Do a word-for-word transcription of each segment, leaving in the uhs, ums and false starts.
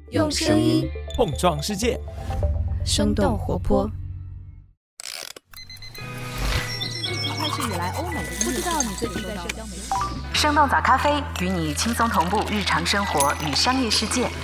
用声音碰撞世界， 生动活泼。 开始以来，欧美的不知道你最近在社交媒体。 生动早咖啡与你轻松同步日常生活与商业世界。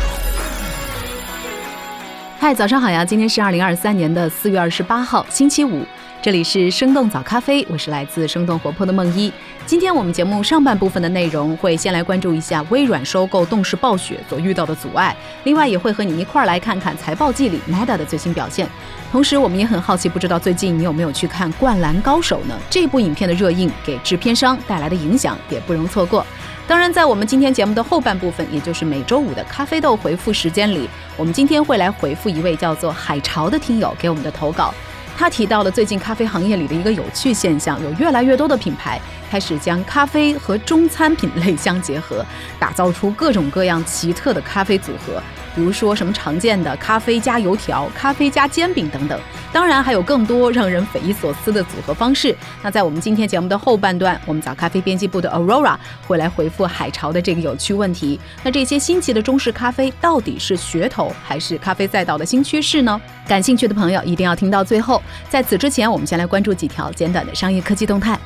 嗨，早上好呀！今天是二零二三年的四月二十八号，星期五。这里是生动早咖啡，我是来自生动活泼的梦一。今天我们节目上半部分的内容会先来关注一下微软收购动视暴雪所遇到的阻碍，另外也会和你一块儿来看看财报季里 Meta 的最新表现。同时我们也很好奇，不知道最近你有没有去看《灌篮高手》呢？这部影片的热映给制片商带来的影响也不容错过。当然在我们今天节目的后半部分，也就是每周五的咖啡豆回复时间里，我们今天会来回复一位叫做海潮的听友给我们的投稿。他提到了最近咖啡行业里的一个有趣现象，有越来越多的品牌开始将咖啡和中餐品类相结合，打造出各种各样奇特的咖啡组合，比如说什么常见的咖啡加油条、咖啡加煎饼等等。当然还有更多让人匪夷所思的组合方式。那在我们今天节目的后半段，我们早咖啡编辑部的 Aurora 会来回复海潮的这个有趣问题。那这些新奇的中式咖啡到底是噱头还是咖啡赛道的新趋势呢？感兴趣的朋友一定要听到最后。在此之前，我们先来关注几条简短的商业科技动态。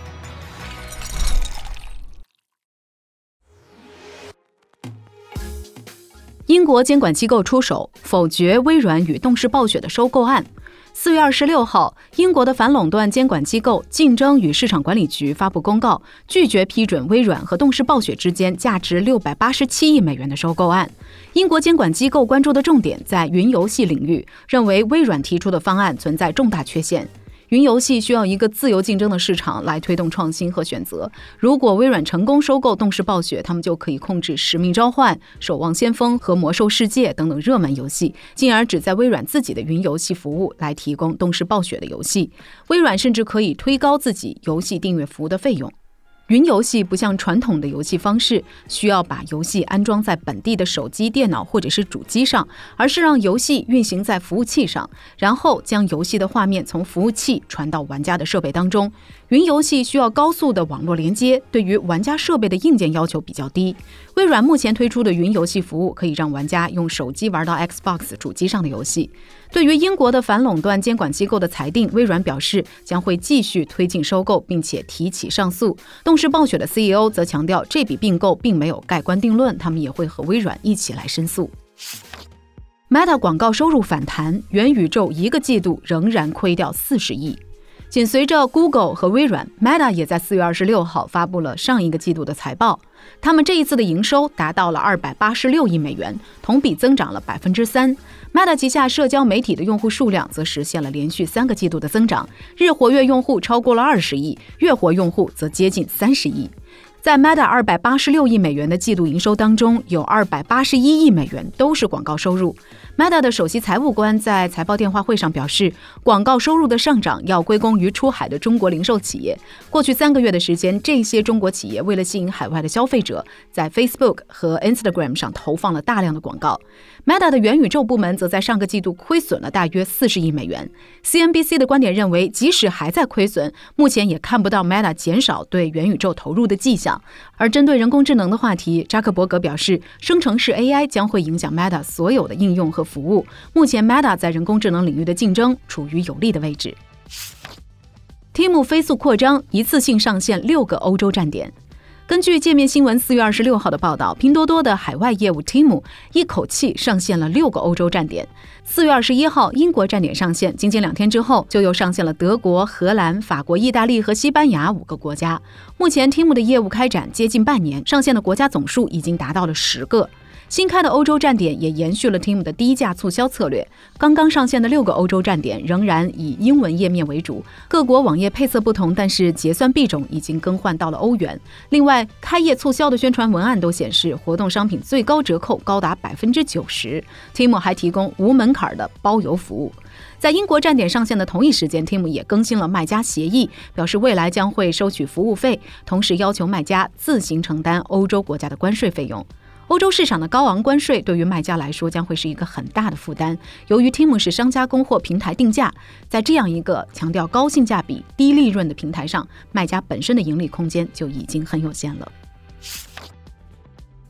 英国监管机构出手否决微软与动视暴雪的收购案。四月二十六号，英国的反垄断监管机构竞争与市场管理局发布公告，拒绝批准微软和动视暴雪之间价值六百八十七亿美元的收购案。英国监管机构关注的重点在云游戏领域，认为微软提出的方案存在重大缺陷。云游戏需要一个自由竞争的市场来推动创新和选择。如果微软成功收购动视暴雪，他们就可以控制《使命召唤》、《守望先锋》和《魔兽世界》等等热门游戏，进而只在微软自己的云游戏服务来提供动视暴雪的游戏。微软甚至可以推高自己游戏订阅服务的费用。云游戏不像传统的游戏方式需要把游戏安装在本地的手机、电脑或者是主机上，而是让游戏运行在服务器上，然后将游戏的画面从服务器传到玩家的设备当中。云游戏需要高速的网络连接，对于玩家设备的硬件要求比较低。微软目前推出的云游戏服务可以让玩家用手机玩到 Xbox 主机上的游戏。对于英国的反垄断监管机构的裁定，微软表示将会继续推进收购，并且提起上诉。动视暴雪的 C E O 则强调，这笔并购并没有盖棺定论，他们也会和微软一起来申诉。Meta 广告收入反弹，元宇宙一个季度仍然亏掉四十亿。紧随着 Google 和微软， Meta 也在四月二十六号发布了上一个季度的财报。他们这一次的营收达到了二百八十六亿美元，同比增长了百分之三。Meta 旗下社交媒体的用户数量则实现了连续三个季度的增长，日活跃用户超过了二十亿，月活用户则接近三十亿。在 Meta 二百八十六亿美元的季度营收当中，有二百八十一亿美元都是广告收入。Meta 的首席财务官在财报电话会上表示，广告收入的上涨要归功于出海的中国零售企业。过去三个月的时间，这些中国企业为了吸引海外的消费者，在 Facebook 和 Instagram 上投放了大量的广告。Meta 的元宇宙部门则在上个季度亏损了大约四十亿美元。C N B C 的观点认为，即使还在亏损，目前也看不到 Meta 减少对元宇宙投入的迹象。而针对人工智能的话题，扎克伯格表示，生成式 A I 将会影响 Meta 所有的应用和服务。目前 Meta 在人工智能领域的竞争处于有利的位置。Temu 飞速扩张，一次性上线六个欧洲站点。根据界面新闻四月二十六号的报道，拼多多的海外业务 Temu 一口气上线了六个欧洲站点。四月二十一号，英国站点上线，仅仅两天之后，就又上线了德国、荷兰、法国、意大利和西班牙五个国家。目前 Temu 的业务开展接近半年，上线的国家总数已经达到了十个。新开的欧洲站点也延续了 Temu 的低价促销策略。刚刚上线的六个欧洲站点仍然以英文页面为主，各国网页配色不同，但是结算币种已经更换到了欧元。另外，开业促销的宣传文案都显示，活动商品最高折扣高达 百分之九十。 Temu 还提供无门槛的包邮服务。在英国站点上线的同一时间， Temu 也更新了卖家协议，表示未来将会收取服务费，同时要求卖家自行承担欧洲国家的关税费用。欧洲市场的高昂关税对于卖家来说将会是一个很大的负担。由于 Temu 是商家供货平台定价，在这样一个强调高性价比、低利润的平台上，卖家本身的盈利空间就已经很有限了。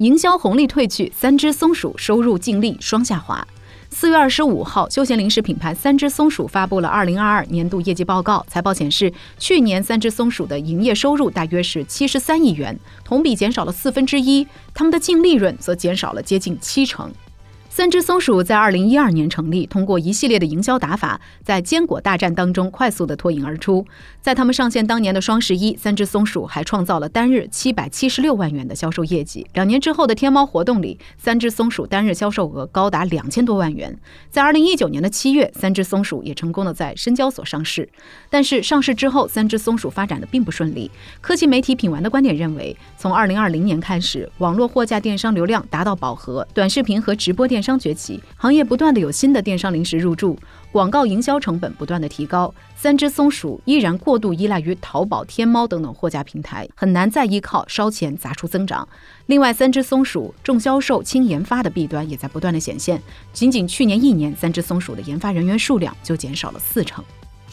营销红利退去，三只松鼠收入净利双下滑。四月二十五号，休闲零食品牌三只松鼠发布了二零二二年度业绩报告。财报显示，去年三只松鼠的营业收入大约是七十三亿元，同比减少了四分之一，他们的净利润则减少了接近七成。三只松鼠在二零一二年成立，通过一系列的营销打法，在坚果大战当中快速的脱颖而出。在他们上线当年的双十一，三只松鼠还创造了单日七百七十六万元的销售业绩。两年之后的天猫活动里，三只松鼠单日销售额高达两千多万元。在二零一九年的七月，三只松鼠也成功的在深交所上市。但是上市之后，三只松鼠发展的并不顺利。科技媒体品玩的观点认为，从二零二零年开始，网络货架电商流量达到饱和，短视频和直播电商崛起，行业不断的有新的电商零食入驻，广告营销成本不断的提高，三只松鼠依然过度依赖于淘宝、天猫等等货架平台，很难再依靠烧钱砸出增长。另外，三只松鼠重销售轻研发的弊端也在不断的显现，仅仅去年一年，三只松鼠的研发人员数量就减少了四成。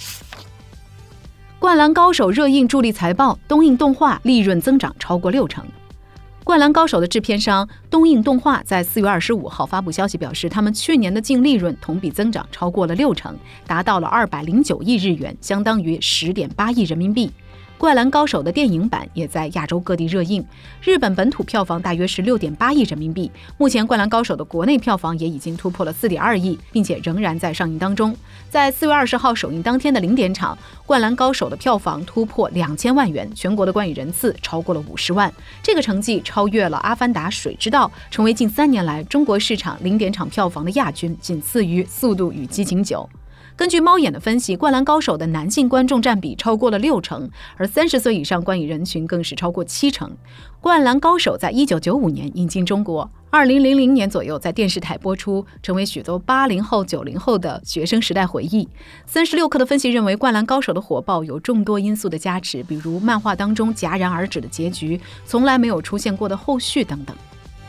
灌篮高手热映助力财报，东映动画利润增长超过六成。灌篮高手的制片商东映动画在四月二十五号发布消息表示，他们去年的净利润同比增长超过了六成，达到了二百零九亿日元，相当于十点八亿人民币。灌篮高手的电影版也在亚洲各地热映，日本本土票房大约是六点八亿人民币。目前灌篮高手的国内票房也已经突破了四点二亿，并且仍然在上映当中。在四月二十号首映当天的零点场，灌篮高手的票房突破两千万元，全国的观影人次超过了五十万。这个成绩超越了阿凡达水之道，成为近三年来中国市场零点场票房的亚军，仅次于速度与激情九。根据猫眼的分析，灌篮高手的男性观众占比超过了六成，而三十岁以上观影人群更是超过七成。灌篮高手在一九九五年引进中国，二零零零年左右在电视台播出，成为许多八零后、九零后的学生时代回忆。三十六氪的分析认为，灌篮高手的火爆有众多因素的加持，比如漫画当中戛然而止的结局，从来没有出现过的后续等等。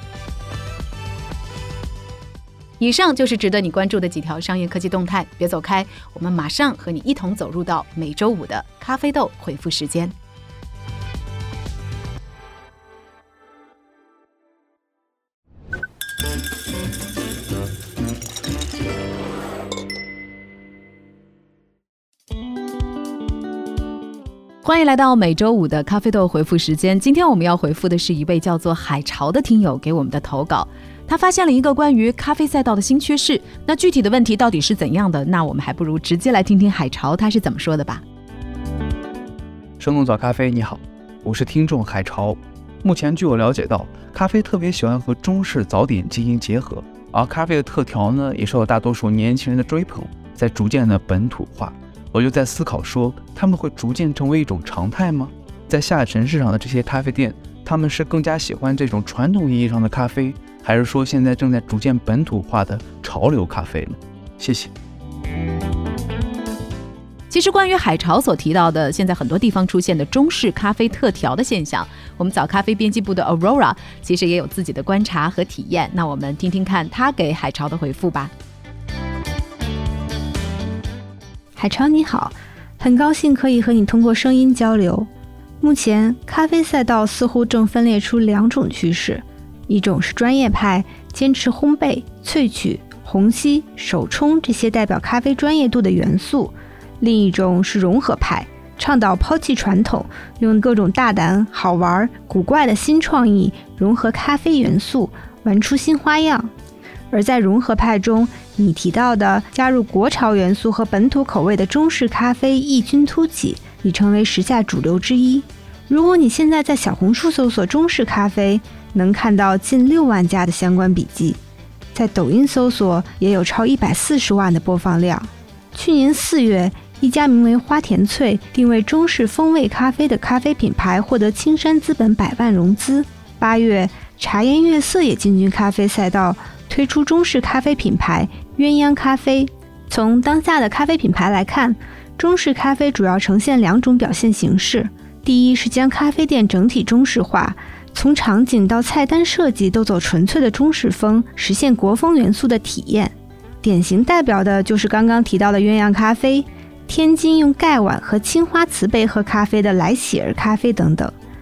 以上就是值得你关注的几条商业科技动态，别走开，我们马上和你一同走入到每周五的咖啡豆回复时间。欢迎来到每周五的咖啡豆回复时间。今天我们要回复的是一位叫做海潮的听友给我们的投稿。他发现了一个关于咖啡赛道的新趋势，那具体的问题到底是怎样的？那我们还不如直接来听听海潮他是怎么说的吧。 生动早咖啡，你好，我是听众海潮。目前据我了解到，咖啡特别喜欢和中式早点进行结合，而咖啡的特调呢，也受到大多数年轻人的追捧，在逐渐的本土化。我就在思考说，他们会逐渐成为一种常态吗？在下沉市场的这些咖啡店，他们是更加喜欢这种传统意义上的咖啡，还是说现在正在逐渐本土化的潮流咖啡呢？谢谢。 其实关于海潮所提到的现在很多地方出现的中式咖啡特调的现象，我们早咖啡编辑部的 Aurora 其实也有自己的观察和体验，那我们听听看他给海潮的回复吧。 海潮你好，很高兴可以和你通过声音交流。目前咖啡赛道似乎正分裂出两种趋势，一种是专业派，坚持烘焙、萃取、虹吸、手冲这些代表咖啡专业度的元素，另一种是融合派，倡导抛弃传统，用各种大胆、好玩、古怪的新创意融合咖啡元素，玩出新花样。而在融合派中，你提到的加入国潮元素和本土口味的中式咖啡异军突起，已成为时下主流之一。如果你现在在小红书搜索中式咖啡，能看到近六万家的相关笔记，在抖音搜索也有超一百四十万的播放量。去年四月，一家名为花田萃、定位中式风味咖啡的咖啡品牌获得青山资本百万融资。八月，茶颜悦色也进军咖啡赛道，推出中式咖啡品牌鸳鸯咖啡。从当下的咖啡品牌来看，中式咖啡主要呈现两种表现形式。第一是将咖啡店整体中式化，从场景到菜单设计都走纯粹的中式风，实现国风元素的体验。典型代表的就是刚刚提到的鸳鸯咖啡，天津用盖碗和青花瓷杯喝咖啡的来喜儿咖啡等等。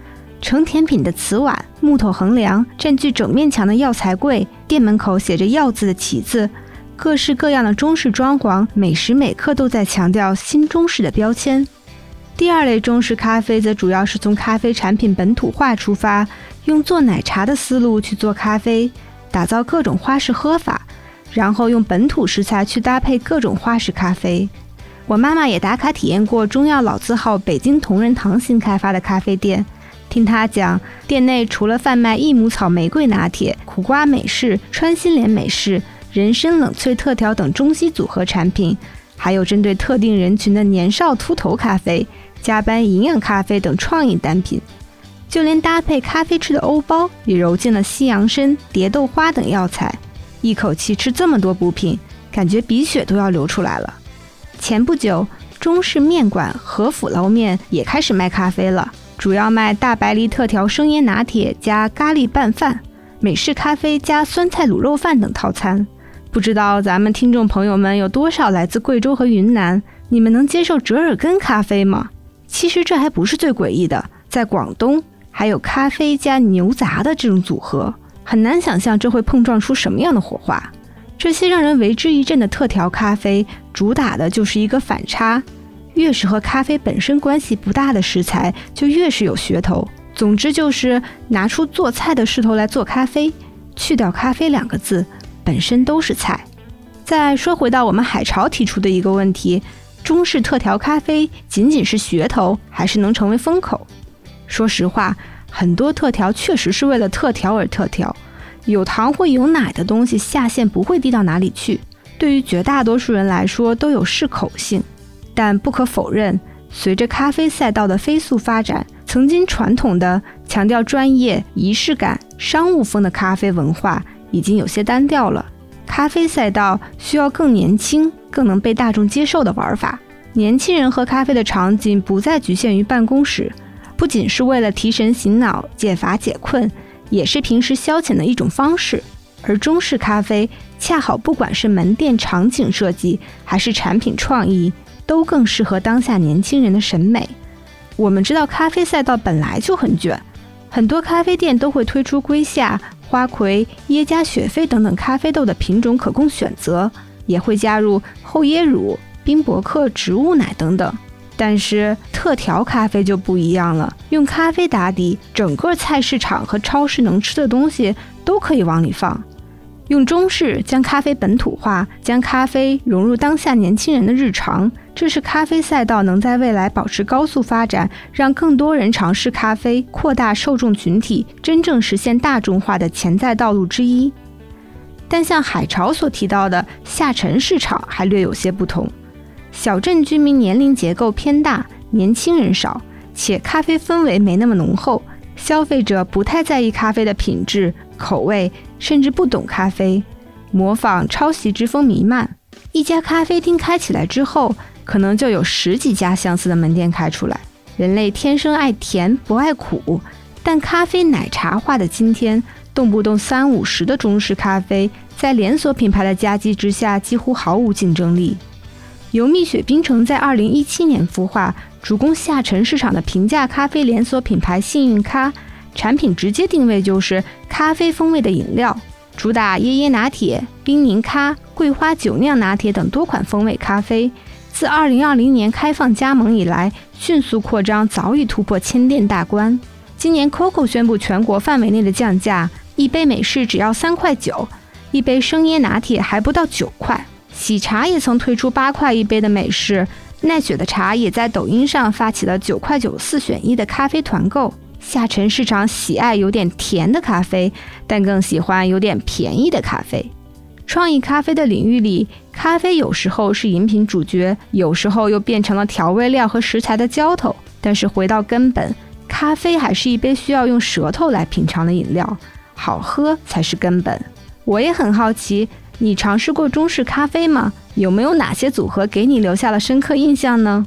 盛甜品的瓷碗、木头横梁，占据整面墙的药材柜，店门口写着药字的旗子，各式各样的中式装潢，每时每刻都在强调新中式的标签。第二类中式咖啡则主要是从咖啡产品本土化出发，用做奶茶的思路去做咖啡，打造各种花式喝法，然后用本土食材去搭配各种花式咖啡。我妈妈也打卡体验过中药老字号北京同仁堂新开发的咖啡店，听她讲，店内除了贩卖益母草玫瑰拿铁、苦瓜美式、川心莲美式、人参冷萃特调等中西组合产品，还有针对特定人群的年少秃头咖啡、加班营养咖啡等创意单品，就连搭配咖啡吃的欧包也揉进了西洋参、蝶豆花等药材，一口气吃这么多补品，感觉鼻血都要流出来了。前不久，中式面馆和府捞面也开始卖咖啡了，主要卖大白梨特调生椰拿铁加咖喱拌饭、美式咖啡加酸菜卤肉饭等套餐。不知道咱们听众朋友们有多少来自贵州和云南，你们能接受折耳根咖啡吗？其实这还不是最诡异的，在广东还有咖啡加牛杂的这种组合，很难想象这会碰撞出什么样的火花。这些让人为之一振的特调咖啡，主打的就是一个反差，越是和咖啡本身关系不大的食材，就越是有噱头。总之就是拿出做菜的势头来做咖啡，去掉咖啡两个字，本身都是菜。再说回到我们海潮提出的一个问题，中式特调咖啡仅仅是噱头，还是能成为风口？说实话，很多特调确实是为了特调而特调，有糖或有奶的东西下限不会低到哪里去，对于绝大多数人来说都有适口性。但不可否认，随着咖啡赛道的飞速发展，曾经传统的强调专业、仪式感、商务风的咖啡文化已经有些单调了。咖啡赛道需要更年轻、更能被大众接受的玩法。年轻人喝咖啡的场景不再局限于办公室，不仅是为了提神醒脑、解乏解困，也是平时消遣的一种方式。而中式咖啡恰好不管是门店场景设计还是产品创意，都更适合当下年轻人的审美。我们知道咖啡赛道本来就很卷，很多咖啡店都会推出瑰夏、花魁、耶加雪菲等等咖啡豆的品种可供选择，也会加入厚椰乳、冰博克植物奶等等。但是特调咖啡就不一样了，用咖啡打底，整个菜市场和超市能吃的东西都可以往里放。用中式将咖啡本土化，将咖啡融入当下年轻人的日常，这是咖啡赛道能在未来保持高速发展，让更多人尝试咖啡，扩大受众群体，真正实现大众化的潜在道路之一。但像海潮所提到的下沉市场还略有些不同，小镇居民年龄结构偏大，年轻人少，且咖啡氛围没那么浓厚，消费者不太在意咖啡的品质、口味，甚至不懂咖啡，模仿抄袭之风弥漫。一家咖啡厅开起来之后，可能就有十几家相似的门店开出来。人类天生爱甜不爱苦，但咖啡奶茶化的今天，动不动三五十的中式咖啡，在连锁品牌的夹击之下，几乎毫无竞争力。由蜜雪冰城在二零一七年孵化，主攻下沉市场的平价咖啡连锁品牌幸运咖，产品直接定位就是咖啡风味的饮料，主打椰椰拿铁、冰柠咖、桂花酒酿拿铁等多款风味咖啡。自二零二零年开放加盟以来，迅速扩张，早已突破千店大关。今年 C O C O 宣布全国范围内的降价，一杯美式只要三块九，一杯生椰拿铁还不到九块。喜茶也曾推出八块一杯的美式，奈雪的茶也在抖音上发起了九块九四选一的咖啡团购。下沉市场喜爱有点甜的咖啡，但更喜欢有点便宜的咖啡。创意咖啡的领域里，咖啡有时候是饮品主角，有时候又变成了调味料和食材的浇头。但是回到根本，咖啡还是一杯需要用舌头来品尝的饮料，好喝才是根本。我也很好奇，你尝试过中式咖啡吗？有没有哪些组合给你留下了深刻印象呢？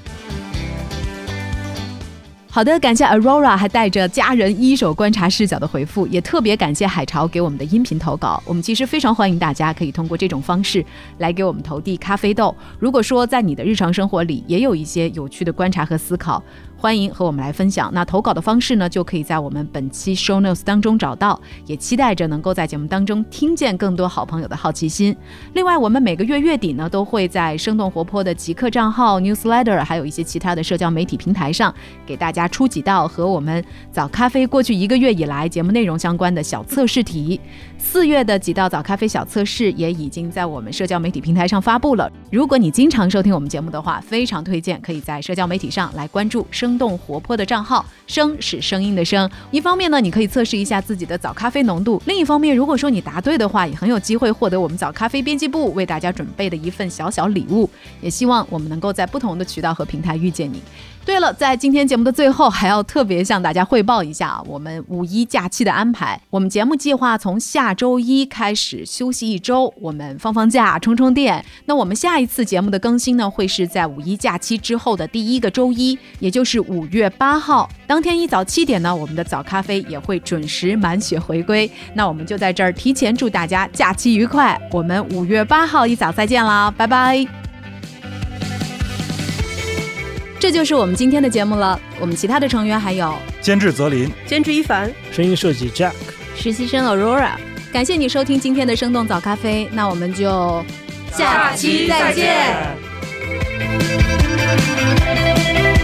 好的，感谢 Aurora 还带着家人一手观察视角的回复，也特别感谢海潮给我们的音频投稿。我们其实非常欢迎大家可以通过这种方式来给我们投递咖啡豆。如果说在你的日常生活里也有一些有趣的观察和思考， 欢迎和我们来分享。那投稿的方式呢，就可以在我们本期 show notes 当中找到，也期待着能够在节目当中听见更多好朋友的好奇心。另外，我们每个月月底呢，都会在生动活泼的极客账号 newsletter 还有一些其他的社交媒体平台上，给大家出几道和我们早咖啡过去一个月以来节目内容相关的小测试题。四月的几道早咖啡小测试也已经在我们社交媒体平台上发布了。如果你经常收听我们节目的话，非常推荐可以在社交媒体上来关注生动活泼的账号，声是声音的声。一方面呢，你可以测试一下自己的早咖啡浓度；另一方面，如果说你答对的话，也很有机会获得我们早咖啡编辑部为大家准备的一份小小礼物。也希望我们能够在不同的渠道和平台遇见你。对了，在今天节目的最后，还要特别向大家汇报一下我们五一假期的安排。我们节目计划从下周一开始休息一周，我们放放假，充充电。那我们下一次节目的更新呢，会是在五一假期之后的第一个周一，也就是五月八号。当天一早七点呢，我们的早咖啡也会准时满血回归。那我们就在这儿提前祝大家假期愉快，我们五月八号一早再见啦，拜拜。这就是我们今天的节目了。我们其他的成员还有监制泽林， 监制一凡， 声音设计 Jack， 实习生 Aurora。 感谢你收听今天的生动早咖啡，那我们就下期再见。